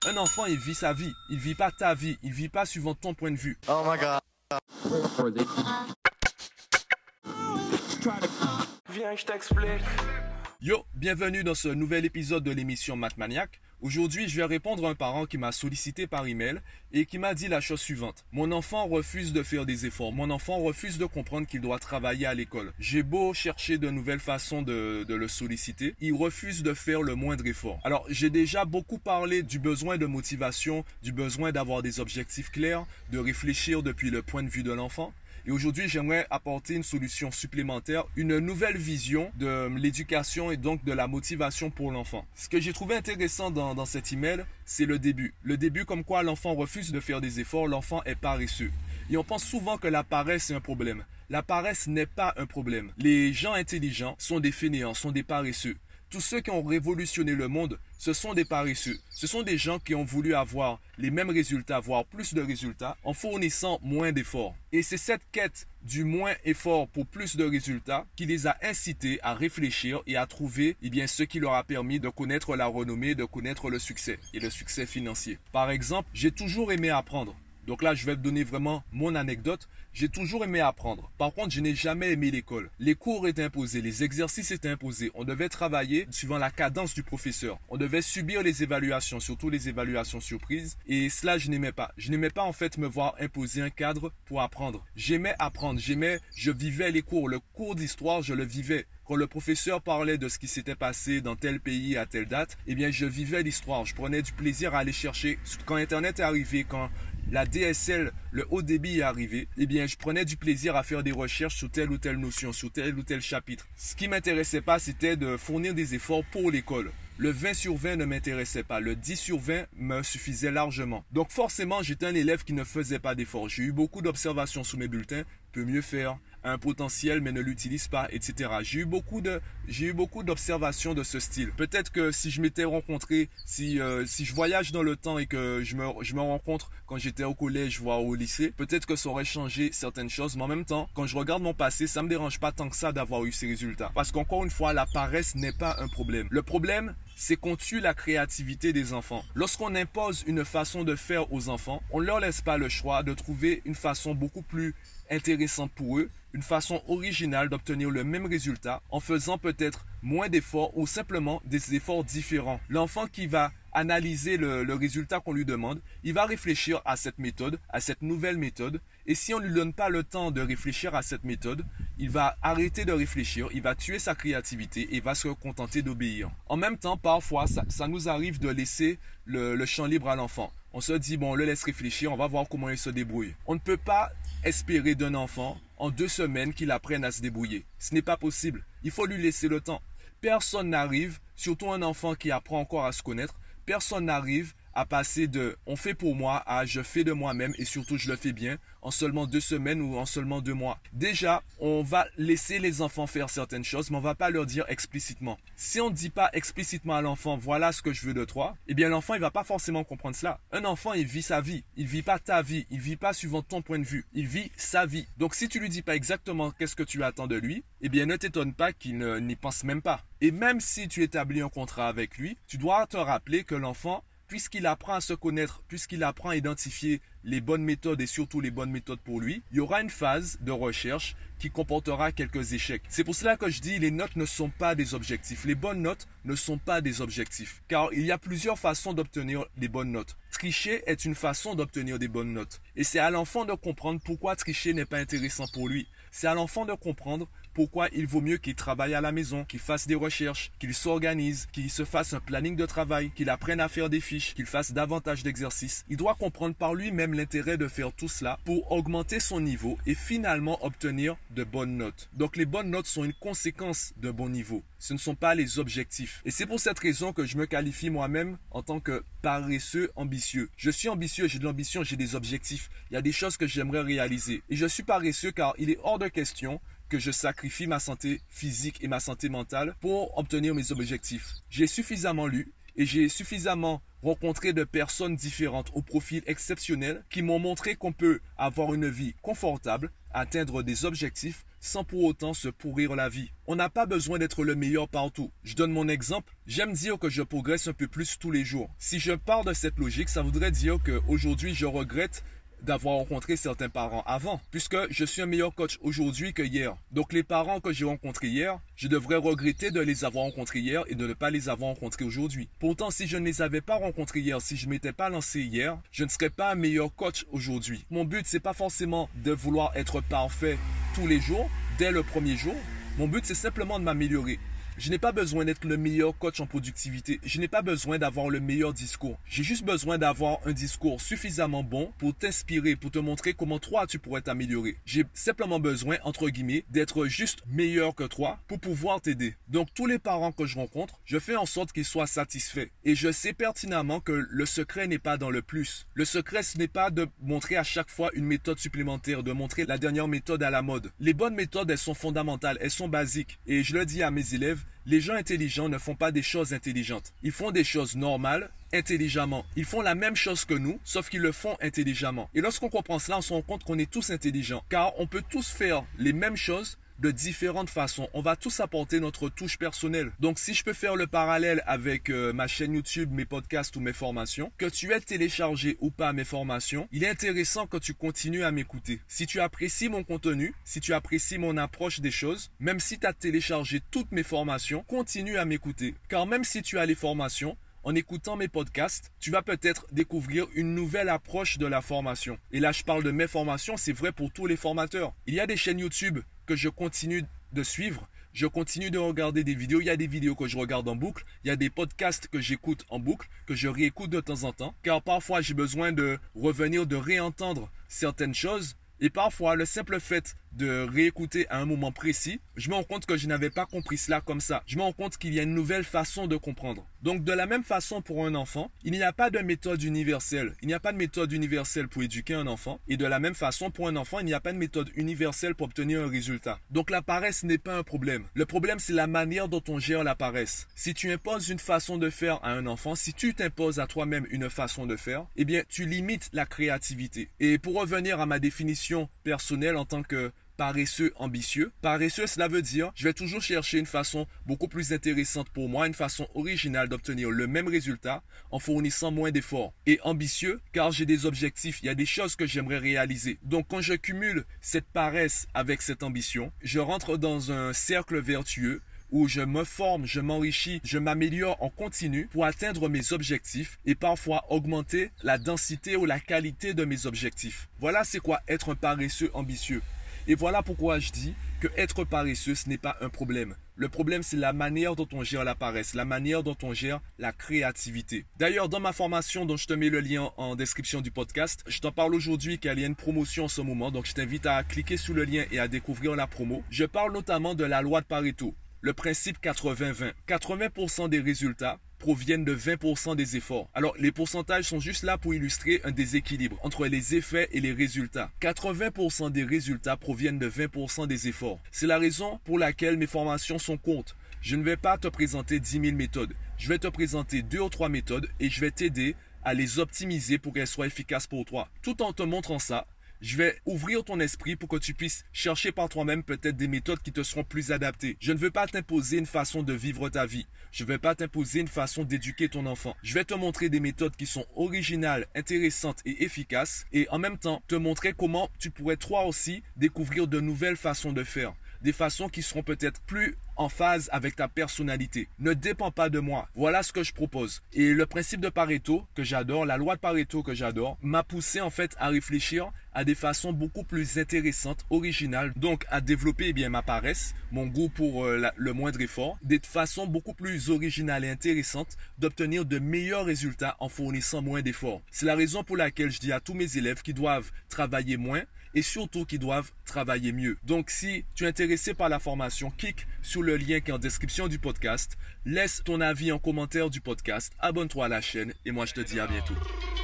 Un enfant, il vit sa vie. Il vit pas ta vie. Il vit pas suivant ton point de vue. Oh my god. Viens, je t'explique. Yo, bienvenue dans ce nouvel épisode de l'émission Math Maniac. Aujourd'hui, je vais répondre à un parent qui m'a sollicité par email et qui m'a dit la chose suivante. Mon enfant refuse de faire des efforts. Mon enfant refuse de comprendre qu'il doit travailler à l'école. J'ai beau chercher de nouvelles façons de le solliciter, il refuse de faire le moindre effort. Alors, j'ai déjà beaucoup parlé du besoin de motivation, du besoin d'avoir des objectifs clairs, de réfléchir depuis le point de vue de l'enfant. Et aujourd'hui, j'aimerais apporter une solution supplémentaire, une nouvelle vision de l'éducation et donc de la motivation pour l'enfant. Ce que j'ai trouvé intéressant dans cet email, c'est le début. Le début comme quoi l'enfant refuse de faire des efforts, l'enfant est paresseux. Et on pense souvent que la paresse est un problème. La paresse n'est pas un problème. Les gens intelligents sont des fainéants, sont des paresseux. Tous ceux qui ont révolutionné le monde, ce sont des paresseux. Ce sont des gens qui ont voulu avoir les mêmes résultats, voire plus de résultats, en fournissant moins d'efforts. Et c'est cette quête du moins effort pour plus de résultats qui les a incités à réfléchir et à trouver ce qui leur a permis de connaître la renommée, de connaître le succès et le succès financier. Par exemple, j'ai toujours aimé apprendre. Donc là, je vais te donner vraiment mon anecdote. J'ai toujours aimé apprendre. Par contre, je n'ai jamais aimé l'école. Les cours étaient imposés, les exercices étaient imposés. On devait travailler suivant la cadence du professeur. On devait subir les évaluations, surtout les évaluations surprises. Et cela, je n'aimais pas. Je n'aimais pas en fait me voir imposer un cadre pour apprendre. J'aimais apprendre. Je vivais les cours. Le cours d'histoire, je le vivais. Quand le professeur parlait de ce qui s'était passé dans tel pays à telle date, je vivais l'histoire. Je prenais du plaisir à aller chercher. Quand Internet est arrivé, quand la DSL, le haut débit est arrivé, je prenais du plaisir à faire des recherches sur telle ou telle notion, sur tel ou tel chapitre. Ce qui m'intéressait pas, c'était de fournir des efforts pour l'école. Le 20 sur 20 ne m'intéressait pas. Le 10 sur 20 me suffisait largement. Donc forcément, j'étais un élève qui ne faisait pas d'efforts. J'ai eu beaucoup d'observations sous mes bulletins. Peut mieux faire, a un potentiel mais ne l'utilise pas, etc. J'ai eu beaucoup d'observations de ce style. Peut-être que si je m'étais rencontré, si je voyage dans le temps et que je me rencontre quand j'étais au collège, voire au lycée, peut-être que ça aurait changé certaines choses. Mais en même temps, quand je regarde mon passé, ça me dérange pas tant que ça d'avoir eu ces résultats. Parce qu'encore une fois, la paresse n'est pas un problème. Le problème, c'est qu'on tue la créativité des enfants. Lorsqu'on impose une façon de faire aux enfants, on ne leur laisse pas le choix de trouver une façon beaucoup plus intéressante pour eux, une façon originale d'obtenir le même résultat en faisant peut-être moins d'efforts ou simplement des efforts différents. L'enfant qui va analyser le résultat qu'on lui demande, il va réfléchir à cette méthode, à cette nouvelle méthode, et si on ne lui donne pas le temps de réfléchir à cette méthode, il va arrêter de réfléchir, il va tuer sa créativité et va se contenter d'obéir. En même temps, parfois, ça nous arrive de laisser le champ libre à l'enfant. On se dit, bon, on le laisse réfléchir, on va voir comment il se débrouille. On ne peut pas espérer d'un enfant en 2 semaines qu'il apprenne à se débrouiller. Ce n'est pas possible. Il faut lui laisser le temps. Personne n'arrive, surtout un enfant qui apprend encore à se connaître, personne n'arrive à passer de « on fait pour moi » à « je fais de moi-même et surtout je le fais bien » en seulement 2 semaines ou en seulement 2 mois. Déjà, on va laisser les enfants faire certaines choses, mais on ne va pas leur dire explicitement. Si on ne dit pas explicitement à l'enfant « voilà ce que je veux de toi », l'enfant, il ne va pas forcément comprendre cela. Un enfant, il vit sa vie. Il ne vit pas ta vie. Il ne vit pas suivant ton point de vue. Il vit sa vie. Donc, si tu ne lui dis pas exactement qu'est-ce que tu attends de lui, ne t'étonne pas qu'il n'y pense même pas. Et même si tu établis un contrat avec lui, tu dois te rappeler que l'enfant, puisqu'il apprend à se connaître, puisqu'il apprend à identifier les bonnes méthodes et surtout les bonnes méthodes pour lui, il y aura une phase de recherche qui comportera quelques échecs. C'est pour cela que je dis les notes ne sont pas des objectifs. Les bonnes notes ne sont pas des objectifs. Car il y a plusieurs façons d'obtenir des bonnes notes. Tricher est une façon d'obtenir des bonnes notes. Et c'est à l'enfant de comprendre pourquoi tricher n'est pas intéressant pour lui. C'est à l'enfant de comprendre pourquoi il vaut mieux qu'il travaille à la maison, qu'il fasse des recherches, qu'il s'organise, qu'il se fasse un planning de travail, qu'il apprenne à faire des fiches, qu'il fasse davantage d'exercices. Il doit comprendre par lui-même l'intérêt de faire tout cela pour augmenter son niveau et finalement obtenir de bonnes notes. Donc les bonnes notes sont une conséquence d'un bon niveau. Ce ne sont pas les objectifs. Et c'est pour cette raison que je me qualifie moi-même en tant que paresseux ambitieux. Je suis ambitieux, j'ai de l'ambition, j'ai des objectifs. Il y a des choses que j'aimerais réaliser. Et je suis paresseux car il est hors de question que je sacrifie ma santé physique et ma santé mentale pour obtenir mes objectifs. J'ai suffisamment lu et j'ai suffisamment rencontré de personnes différentes au profil exceptionnel qui m'ont montré qu'on peut avoir une vie confortable atteindre des objectifs sans pour autant se pourrir la vie. On n'a pas besoin d'être le meilleur partout. Je donne mon exemple. J'aime dire que je progresse un peu plus tous les jours. Si je pars de cette logique, ça voudrait dire qu'aujourd'hui, je regrette d'avoir rencontré certains parents avant, puisque je suis un meilleur coach aujourd'hui que hier. Donc les parents que j'ai rencontrés hier, je devrais regretter de les avoir rencontrés hier et de ne pas les avoir rencontrés aujourd'hui. Pourtant, si je ne les avais pas rencontrés hier, si je ne m'étais pas lancé hier, je ne serais pas un meilleur coach aujourd'hui. Mon but, c'est pas forcément de vouloir être parfait tous les jours, dès le premier jour. Mon but, c'est simplement de m'améliorer. Je n'ai pas besoin d'être le meilleur coach en productivité. Je n'ai pas besoin d'avoir le meilleur discours. J'ai juste besoin d'avoir un discours suffisamment bon pour t'inspirer, pour te montrer comment toi tu pourrais t'améliorer. J'ai simplement besoin, entre guillemets, d'être juste meilleur que toi pour pouvoir t'aider. Donc tous les parents que je rencontre, je fais en sorte qu'ils soient satisfaits. Et je sais pertinemment que le secret n'est pas dans le plus. Le secret, ce n'est pas de montrer à chaque fois une méthode supplémentaire, de montrer la dernière méthode à la mode. Les bonnes méthodes, elles sont fondamentales, elles sont basiques. Et je le dis à mes élèves, les gens intelligents ne font pas des choses intelligentes. Ils font des choses normales, intelligemment. Ils font la même chose que nous, sauf qu'ils le font intelligemment. Et lorsqu'on comprend cela, on se rend compte qu'on est tous intelligents. Car on peut tous faire les mêmes choses de différentes façons. On va tous apporter notre touche personnelle. Donc si je peux faire le parallèle avec ma chaîne YouTube, mes podcasts ou mes formations, que tu aies téléchargé ou pas mes formations, il est intéressant que tu continues à m'écouter. Si tu apprécies mon contenu, si tu apprécies mon approche des choses, même si tu as téléchargé toutes mes formations, continue à m'écouter. Car même si tu as les formations, en écoutant mes podcasts, tu vas peut-être découvrir une nouvelle approche de la formation. Et là, je parle de mes formations, c'est vrai pour tous les formateurs. Il y a des chaînes YouTube que je continue de suivre. Je continue de regarder des vidéos. Il y a des vidéos que je regarde en boucle. Il y a des podcasts que j'écoute en boucle, que je réécoute de temps en temps. Car parfois, j'ai besoin de revenir, de réentendre certaines choses. Et parfois, le simple fait de réécouter à un moment précis, je me rends compte que je n'avais pas compris cela comme ça. Je me rends compte qu'il y a une nouvelle façon de comprendre. Donc, de la même façon pour un enfant, il n'y a pas de méthode universelle. Il n'y a pas de méthode universelle pour éduquer un enfant. Et de la même façon, pour un enfant, il n'y a pas de méthode universelle pour obtenir un résultat. Donc, la paresse n'est pas un problème. Le problème, c'est la manière dont on gère la paresse. Si tu imposes une façon de faire à un enfant, si tu t'imposes à toi-même une façon de faire, eh bien, tu limites la créativité. Et pour revenir à ma définition personnelle en tant que paresseux ambitieux. Paresseux, cela veut dire, je vais toujours chercher une façon beaucoup plus intéressante pour moi, une façon originale d'obtenir le même résultat en fournissant moins d'efforts. Et ambitieux, car j'ai des objectifs, il y a des choses que j'aimerais réaliser. Donc quand je cumule cette paresse avec cette ambition, je rentre dans un cercle vertueux où je me forme, je m'enrichis, je m'améliore en continu pour atteindre mes objectifs et parfois augmenter la densité ou la qualité de mes objectifs. Voilà c'est quoi être un paresseux ambitieux. Et voilà pourquoi je dis que être paresseux, ce n'est pas un problème. Le problème, c'est la manière dont on gère la paresse, la manière dont on gère la créativité. D'ailleurs, dans ma formation, dont je te mets le lien en description du podcast, je t'en parle aujourd'hui qu'il y a une promotion en ce moment. Donc, je t'invite à cliquer sur le lien et à découvrir la promo. Je parle notamment de la loi de Pareto, le principe 80-20. 80% des résultats proviennent de 20% des efforts. Alors, les pourcentages sont juste là pour illustrer un déséquilibre entre les effets et les résultats. 80% des résultats proviennent de 20% des efforts. C'est la raison pour laquelle mes formations sont courtes. Je ne vais pas te présenter 10 000 méthodes. Je vais te présenter 2 ou 3 méthodes et je vais t'aider à les optimiser pour qu'elles soient efficaces pour toi. Tout en te montrant ça, je vais ouvrir ton esprit pour que tu puisses chercher par toi-même peut-être des méthodes qui te seront plus adaptées. Je ne veux pas t'imposer une façon de vivre ta vie. Je ne vais pas t'imposer une façon d'éduquer ton enfant. Je vais te montrer des méthodes qui sont originales, intéressantes et efficaces et en même temps te montrer comment tu pourrais toi aussi découvrir de nouvelles façons de faire. Des façons qui seront peut-être plus en phase avec ta personnalité. Ne dépend pas de moi. Voilà ce que je propose. Et le principe de Pareto que j'adore, la loi de Pareto que j'adore, m'a poussé en fait à réfléchir à des façons beaucoup plus intéressantes, originales, donc à développer ma paresse, mon goût pour le moindre effort, des façons beaucoup plus originales et intéressantes d'obtenir de meilleurs résultats en fournissant moins d'efforts. C'est la raison pour laquelle je dis à tous mes élèves qu'ils doivent travailler moins et surtout qu'ils doivent travailler mieux. Donc si tu es intéressé par la formation, clique sur le lien qui est en description du podcast, laisse ton avis en commentaire du podcast, abonne-toi à la chaîne et moi je te dis à bientôt.